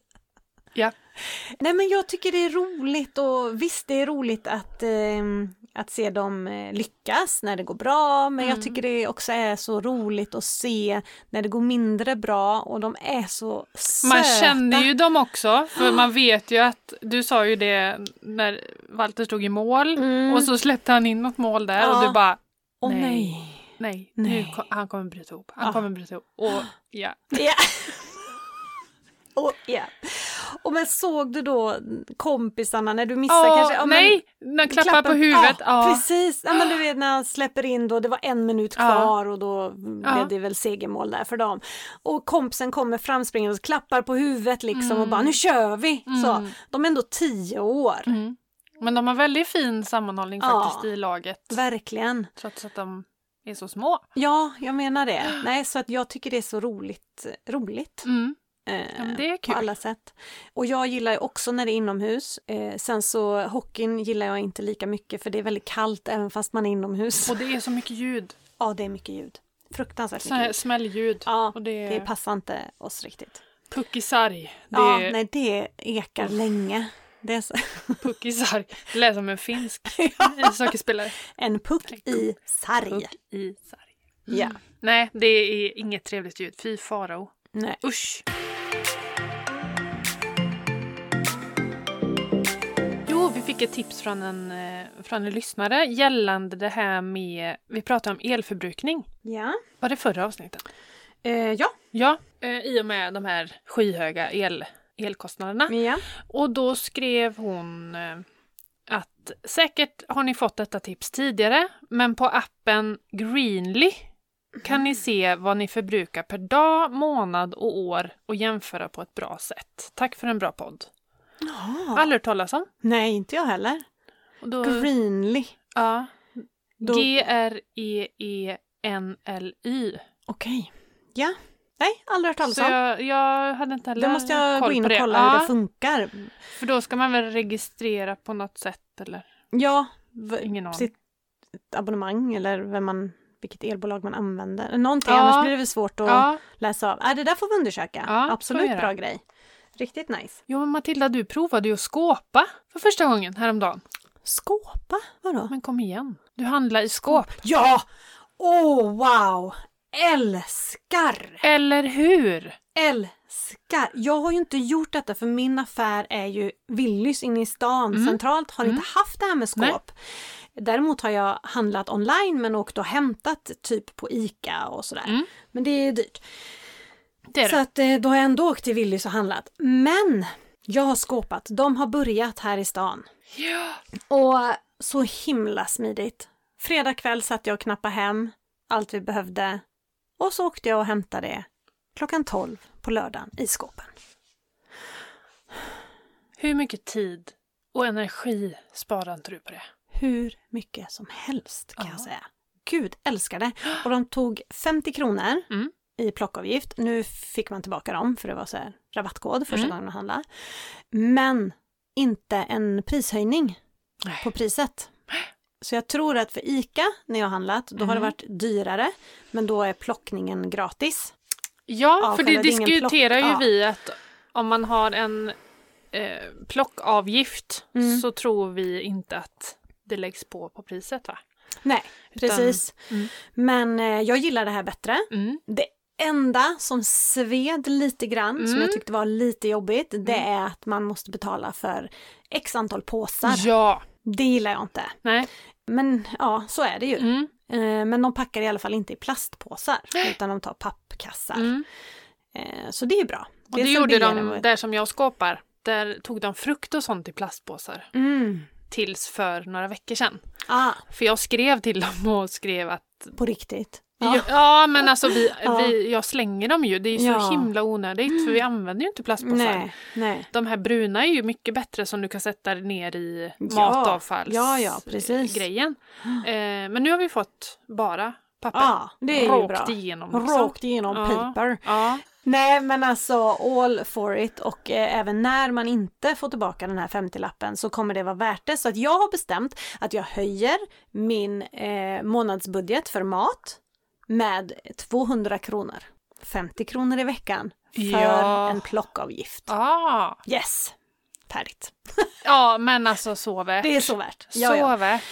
Ja. Nej, men jag tycker det är roligt och visst det är roligt att se dem lyckas när det går bra, men jag tycker det också är så roligt att se när det går mindre bra och de är så söta. Man känner ju dem också, för man vet ju att, du sa ju det när Walter stod i mål och så släppte han in något mål där och du bara, nej. Nu han kommer bryta ihop. Och ja. Och men såg du då kompisarna när du missade kanske? När klappar på huvudet. Precis, men du vet när han släpper in då, det var 1 minut kvar och då blev det väl segermål där för dem. Och kompisen kommer framspringande och klappar på huvudet liksom och bara, nu kör vi! Så, de är ändå 10 år. Men de har väldigt fin sammanhållning faktiskt i laget. Verkligen. Trots att de är så små. Ja, jag menar det. Nej, så att jag tycker det är så roligt. Det är kul. På alla sätt. Och jag gillar ju också när det är inomhus. Sen så hockeyn gillar jag inte lika mycket för det är väldigt kallt även fast man är inomhus. Och det är så mycket ljud. Ja, det är mycket ljud. Fruktansvärt mycket ljud. Smällljud. Ja, och det passar inte oss riktigt. Puckisarg. Nej, det ekar länge. Det är så. Puckisarg. Det lät som en finsk ishockeyspelare. En puck i sarg. Puck i sarg. Ja. Nej, det är inget trevligt ljud. Fy farao. Nej. Usch. Jo, vi fick ett tips från en lyssnare gällande det här med, vi pratade om elförbrukning. Ja. Var det förra avsnittet? Ja. Ja, i och med de här skyhöga elkostnaderna. Ja. Och då skrev hon att säkert har ni fått detta tips tidigare, men på appen Greenly kan ni se vad ni förbrukar per dag, månad och år och jämföra på ett bra sätt. Tack för en bra podd. Aldrig hört talas om? Nej, inte jag heller. Och då, Greenly. Ja. G-R-E-E-N-L-Y. Okej. Ja. Nej, aldrig hört talas Så om. jag hade inte heller Då måste jag gå in och det. kolla hur det funkar. För då ska man väl registrera på något sätt eller? Ja. Ingen aning. Sitt abonnemang eller vilket elbolag man använder. Någonting, annars blir det väl svårt att läsa av. Det där får vi undersöka. Absolut bra grej. Riktigt nice. Jo, men Matilda, du provade ju att skåpa för första gången häromdagen. Skåpa? Vadå? Men kom igen. Du handlar i skåp. Ja! Wow! Älskar! Eller hur? Älskar! Jag har ju inte gjort detta för min affär är ju Willys inne i stan. Centralt har inte haft det här med skåp. Nej. Däremot har jag handlat online men åkt och hämtat typ på ICA och sådär. Men det är dyrt. Det är det. Så att då har jag ändå åkt till Willys och handlat. Men jag har skåpat. De har börjat här i stan. Ja. Och så himla smidigt. Fredag kväll satt jag och knappade hem allt vi behövde. Och så åkte jag och hämtade det 12:00 på lördagen i skåpen. Hur mycket tid och energi sparar inte du på det? Hur mycket som helst kan jag säga. Gud, älskar det. Och de tog 50 kronor i plockavgift. Nu fick man tillbaka dem för det var så här rabattkod första gången man handlade. Men inte en prishöjning på priset. Så jag tror att för ICA när jag har handlat, då har det varit dyrare. Men då är plockningen gratis. Ja, för det diskuterar ju vi att om man har en plockavgift så tror vi inte att det läggs på priset, va? Nej, precis. Men jag gillar det här bättre. Det enda som sved lite grann, som jag tyckte var lite jobbigt, det är att man måste betala för x antal påsar. Ja. Det gillar jag inte. Nej. Men ja, så är det ju. Men de packar i alla fall inte i plastpåsar, utan de tar pappkassar. Så det är bra. Och det gjorde de där som jag skåpar. Där tog de frukt och sånt i plastpåsar. Tills för några veckor sedan. För jag skrev till dem och skrev att... På riktigt? Ja, men alltså jag slänger dem ju. Det är ju så himla onödigt för vi använder ju inte plastpåsar. Nej. De här bruna är ju mycket bättre som du kan sätta ner i matavfallsgrejen. Men nu har vi fått bara papper. Det är ju bra. Rakt igenom paper. Nej, men alltså all for it och även när man inte får tillbaka den här 50-lappen så kommer det vara värt det. Så att jag har bestämt att jag höjer min månadsbudget för mat med 200 kronor. 50 kronor i veckan för en plockavgift. Yes, färdigt. Ja, men alltså så värt. Det är så värt. Så värt.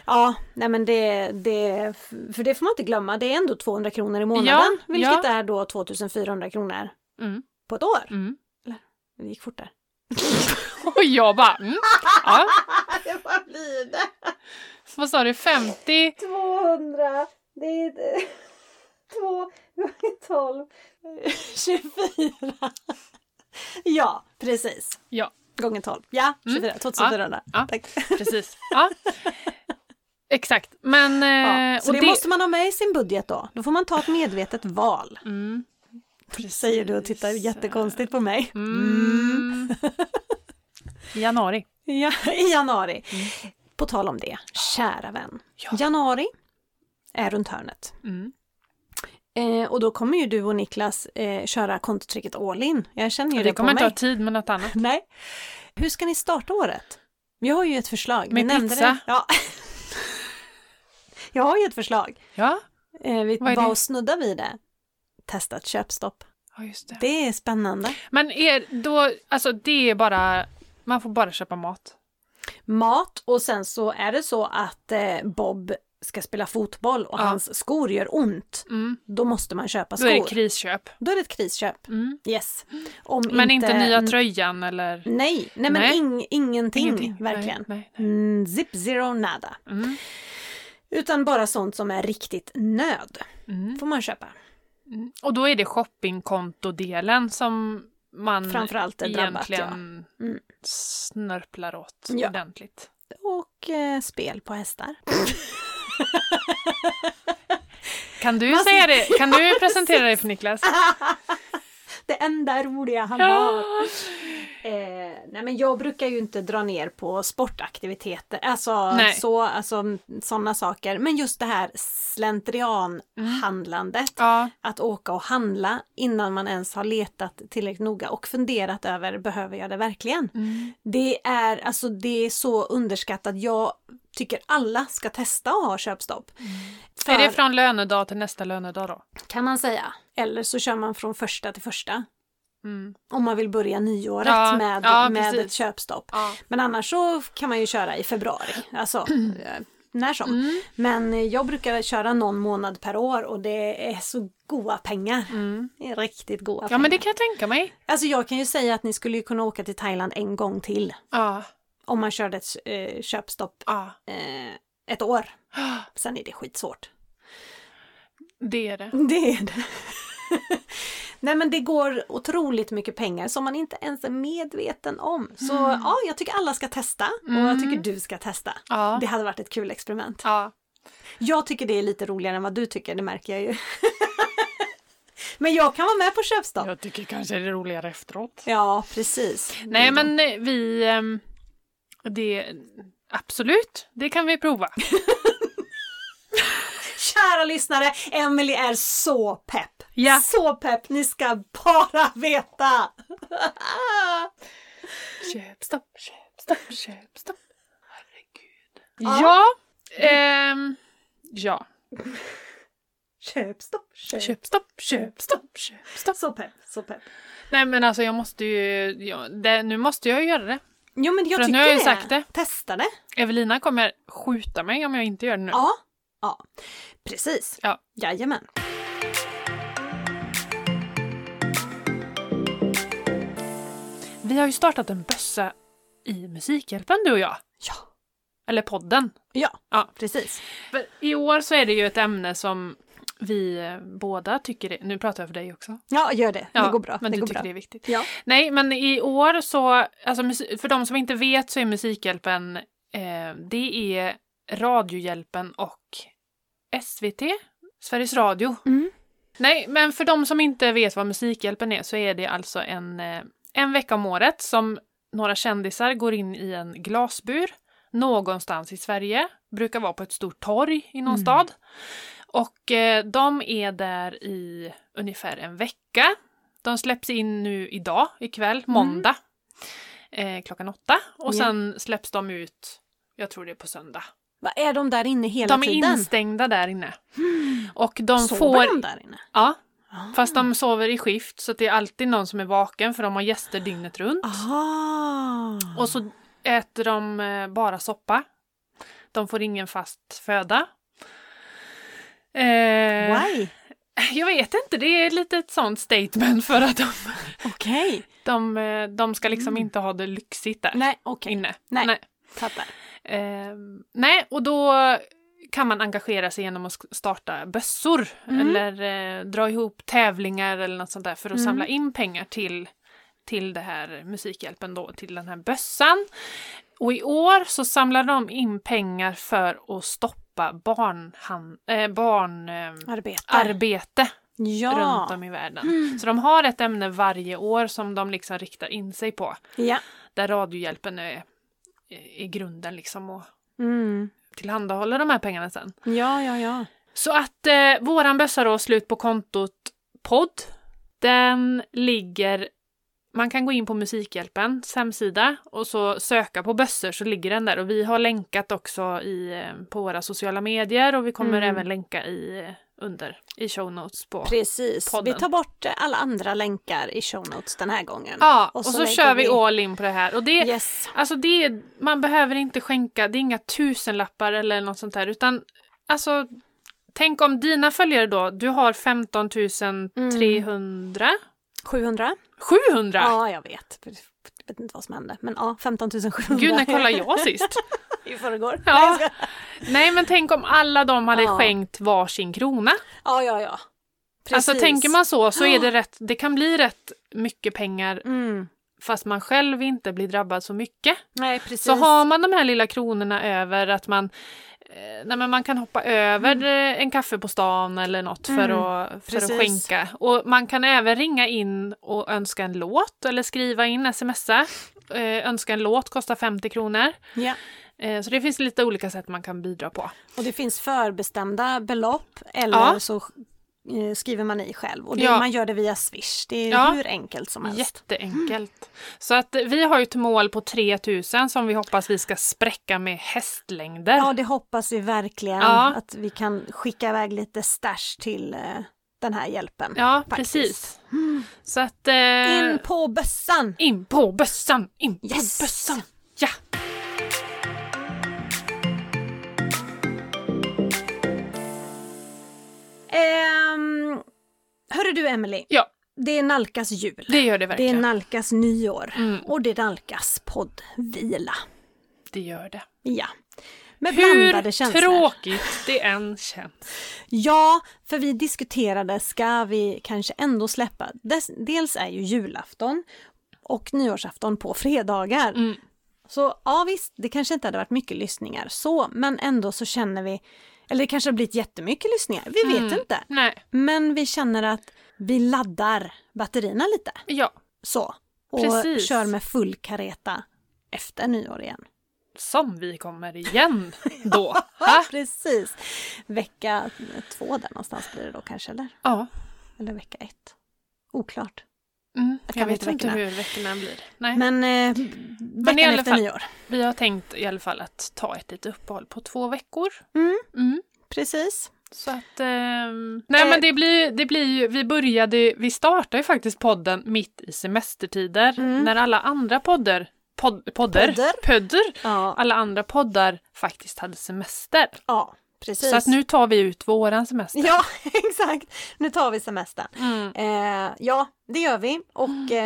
Ja, nej men för det får man inte glömma. Det är ändå 200 kronor i månaden. Vilket är då 2400 kronor på ett år. Eller, det gick fort där. Och jag bara, ja. Vad blir det? Vad sa du, 50? 200, det är 2 gånger 12, 24. Ja, precis. Ja. Gånger 12. Ja, 24, 2400. Ja, tack. Precis. Ja. Exakt. Men, så det måste man ha med i sin budget då. Då får man ta ett medvetet val. Säger du och tittar jättekonstigt på mig. I januari. Ja, i januari. På tal om det, kära vän. Ja. Januari är runt hörnet. Och då kommer ju du och Niklas köra kontotricket all in. Jag känner ju det på mig. Det kommer inte ha tid med något annat. Nej. Hur ska ni starta året? Jag har ju ett förslag. Med pizza? Ja. Jag har ju ett förslag. Ja. Vi var och snudda vid det. Testa ett köpstopp. Ja, just det. Det är spännande. Men det är bara, man får bara köpa mat. Mat, och sen så är det så att Bob ska spela fotboll och hans skor gör ont. Då måste man köpa skor. Då är det krisköp. Då är det ett krisköp. Yes. Men inte nya tröjan eller? Nej men ingenting verkligen. Nej. Zip zero nada. Utan bara sånt som är riktigt nöd. Får man köpa. Och då är det shoppingkontodelen som man framförallt är egentligen snörplar åt ordentligt. Och spel på hästar. Kan du säga det? Kan du presentera dig för Niklas? Det enda roliga han har. Nej men jag brukar ju inte dra ner på sportaktiviteter. Alltså sådana saker. Men just det här slentrianhandlandet. Att åka och handla innan man ens har letat tillräckligt noga och funderat över, behöver jag det verkligen? Det är så underskattat. Jag tycker alla ska testa att ha köpstopp. Är det från lönedag till nästa lönedag då? Kan man säga. Eller så kör man från första till första. Om man vill börja nyåret med ett köpstopp. Men annars så kan man ju köra i februari. Alltså när som. Men jag brukar köra någon månad per år och det är så goda pengar. Det är riktigt goda pengar. Ja, men det kan jag tänka mig. Alltså jag kan ju säga att ni skulle ju kunna åka till Thailand en gång till. Om man körde ett köpstopp ett år. Sen är det skitsvårt. Det är det. Det är det. Nej men det går otroligt mycket pengar som man inte ens är medveten om. Så jag tycker alla ska testa och jag tycker du ska testa. Det hade varit ett kul experiment. Jag tycker det är lite roligare än vad du tycker, det märker jag ju. Men jag kan vara med på köpstopp. Jag tycker kanske det är roligare efteråt. Ja, precis. Nej men absolut, det kan vi prova. Kära lyssnare, Emily är så pepp. Ja. Så pepp, ni ska bara veta. Köpstopp. Herregud. Ja. Köpstopp. Så pepp. Nej men alltså jag måste ju, nu måste jag ju göra det. Jo men jag tycker nu har jag ju sagt det. Testa det. Evelina kommer skjuta mig om jag inte gör det nu. Ja, precis. Ja. Jajamän. Vi har ju startat en bössa i Musikhjälpen, du och jag. Ja. Eller podden. Ja, precis. För i år så är det ju ett ämne som vi båda tycker nu pratar jag för dig också. Ja, gör det. Det går bra. Men det du går tycker bra. det är viktigt. Ja. Nej, men i år så, alltså för de som inte vet så är Musikhjälpen, det är Radiohjälpen och SVT, Sveriges Radio. Nej, men för de som inte vet vad Musikhjälpen är så är det alltså en vecka om året som några kändisar går in i en glasbur någonstans i Sverige. Brukar vara på ett stort torg i någon stad. Och de är där i ungefär en vecka. De släpps in nu ikväll, måndag. Klockan 8. Och sen släpps de ut, jag tror det är på söndag. Vad är de där inne hela tiden? De är instängda där inne. Och sover de där inne? Ja. Fast de sover i skift så det är alltid någon som är vaken för de har gäster dygnet runt. Och så äter de bara soppa. De får ingen fast föda. Why? Jag vet inte, det är lite ett sånt statement för att de ska liksom inte ha det lyxigt där. Nej, okej. Inne. Nej. Fattar. Nej, och då kan man engagera sig genom att starta bössor eller dra ihop tävlingar eller något sånt där för att samla in pengar till det här Musikhjälpen då, till den här bössan. Och i år så samlar de in pengar för att stoppa barnarbete runt om i världen. Så de har ett ämne varje år som de liksom riktar in sig på. Ja. Där Radiohjälpen är grunden liksom och tillhandahåller de här pengarna sen. Ja. Så att våran bössa då, slut på kontot podd, den ligger, man kan gå in på Musikhjälpens hemsida och så söka på bössor så ligger den där. Och vi har länkat också på våra sociala medier och vi kommer även länka i show notes på podden. Vi tar bort alla andra länkar i show notes den här gången. Ja, och så kör vi all in på det här. Och alltså man behöver inte skänka, det är inga tusenlappar eller något sånt där, utan alltså tänk om dina följare då, du har 15 300? 700? 700? Ja, jag vet. Jag vet inte vad som hände. Men ja, 15 700. Gud, när kollade jag sist? I förrgår. Ja. Nej, men tänk om alla de hade skänkt varsin krona. Ja. Precis. Alltså tänker man så är det rätt, det kan bli rätt mycket pengar fast man själv inte blir drabbad så mycket. Nej, precis. Så har man de här lilla kronorna över att man man kan hoppa över en kaffe på stan eller något för att skänka. Och man kan även ringa in och önska en låt eller skriva in smsa. Önska en låt kostar 50 kronor. Ja. Så det finns lite olika sätt man kan bidra på. Och det finns förbestämda belopp eller så skriver man i själv. Och man gör det via Swish. Det är hur enkelt som helst. Jätteenkelt. Så att vi har ju ett mål på 3000 som vi hoppas vi ska spräcka med hästlängder. Ja, det hoppas vi verkligen. Att vi kan skicka iväg lite stash till den här hjälpen. Ja, faktiskt. precis. Så att, in på bössan! In på bössan! In på bössan! Ja! Hörru du, Emily. Ja. Det nalkas jul. Det gör det verkligen. Det nalkas nyår. Och det nalkas poddvila. Det gör det. Ja. Med blandade känslor. Hur tråkigt det än känns. Ja, för vi diskuterade, ska vi kanske ändå släppa? Dels är ju julafton och nyårsafton på fredagar. Så ja visst, det kanske inte hade varit mycket lyssningar så, men ändå så känner vi, eller det kanske har blivit jättemycket lyssningar, vi vet inte. Nej. Men vi känner att vi laddar batterierna lite. Ja. Så. Och kör med full kareta efter nyår igen. Som vi kommer igen då. Ja, precis. Vecka 2 där någonstans blir det då kanske, eller? Ja. Eller vecka 1. Oklart. Jag vet inte hur veckorna blir. Nej. Men veckan i alla efter fall, nyår. Vi har tänkt i alla fall att ta ett litet uppehåll på 2 veckor. Precis. Så att, men det blir ju, vi startar ju faktiskt podden mitt i semestertider när alla andra poddar alla andra poddar faktiskt hade semester. Ja, precis. Så att nu tar vi ut våran semester. Ja, exakt. Nu tar vi semestern. Ja, det gör vi. Och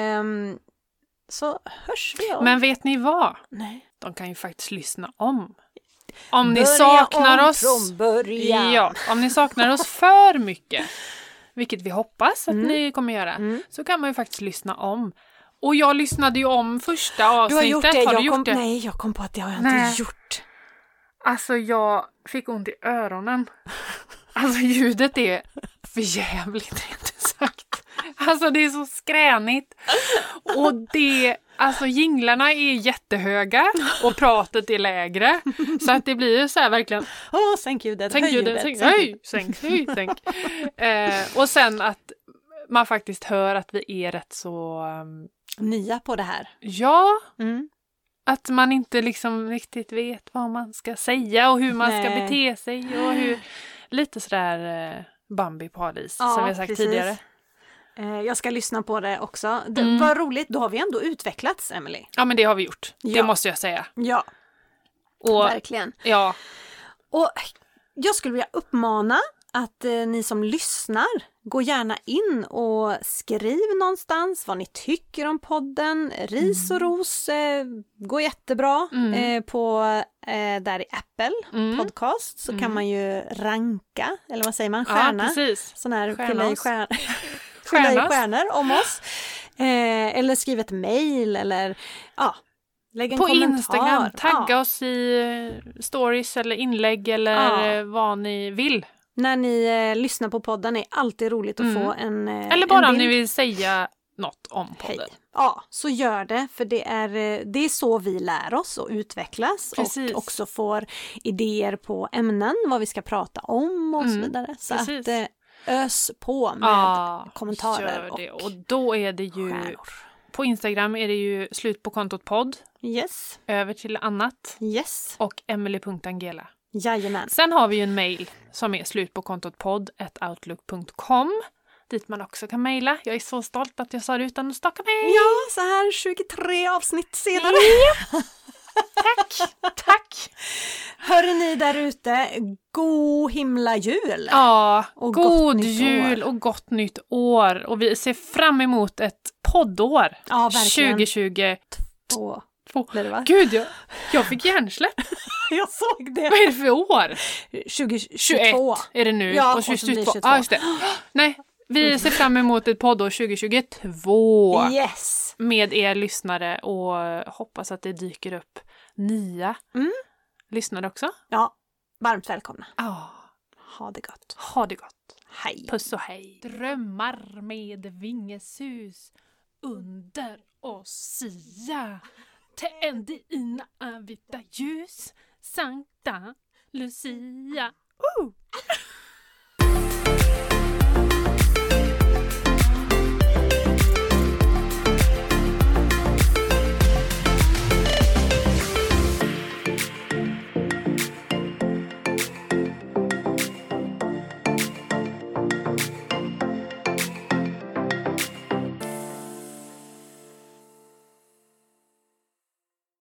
så hörs vi om. Men vet ni vad? Nej. De kan ju faktiskt lyssna om. Om ni saknar oss från början. Ja, om ni saknar oss för mycket, vilket vi hoppas att ni kommer göra, så kan man ju faktiskt lyssna om. Och jag lyssnade ju om första avsnittet. Du har gjort det. Har du gjort det? Nej, jag kom på att det har jag inte gjort. Alltså jag fick ont i öronen. Alltså ljudet är för jävligt rent sagt. Alltså det är så skränigt. Och alltså jinglarna är jättehöga och pratet är lägre. Så att det blir ju så här verkligen. Sänk ljudet, sänk. Och sen att man faktiskt hör att vi är rätt så nya på det här. Ja. Att man inte liksom riktigt vet vad man ska säga och hur man ska bete sig och hur lite sådär Bambi på halis som vi har sagt tidigare. Jag ska lyssna på det också. Vad roligt, då har vi ändå utvecklats, Emily. Ja, men det har vi gjort. Det måste jag säga. Ja. Och, verkligen. Ja. Och jag skulle vilja uppmana att ni som lyssnar, gå gärna in och skriv någonstans vad ni tycker om podden. Ris och ros går jättebra på där i Apple podcast, så kan man ju ranka, eller vad säger man, stjärna. Ja, precis. Sån här fylla i stjärnor om oss. Eller skriv ett mejl eller lägg en kommentar. På Instagram, tagga oss i stories eller inlägg eller vad ni vill. När ni lyssnar på podden är alltid roligt att få en eller bara om ni vill säga något om podden. Hej. Ja, så gör det, för det är så vi lär oss och utvecklas. Precis. Och också får idéer på ämnen, vad vi ska prata om och så vidare. Så att ös på med kommentarer och då är det ju stjärnor. På Instagram är det ju slut på kontot podd. Yes. Över till annat. Yes. Och Emily.Angela. Jajamän. Sen har vi ju en mail som är slutpåkontotpodd@outlook.com, dit man också kan mejla. Jag är så stolt att jag sa det utan att staka mig. Ja, så här 23 avsnitt senare. Tack. Hörde ni där ute, god himla jul. Ja, och god jul och gott nytt år. Och vi ser fram emot ett poddår. Ja, verkligen. 2022. Gud, jag fick hjärnsläpp. Jag såg det. Vad är det för år? 2022 är det nu. Ja, och 2022. Ja, just det. Nej, vi ser fram emot ett poddår 2022. Yes. Med er lyssnare och hoppas att det dyker upp nya lyssnare också. Ja, varmt välkomna. Ha det gott. Hej. Puss och hej. Drömmar med vingesus under oss sia. Tänd dina vita ljus, Sankta Lucia.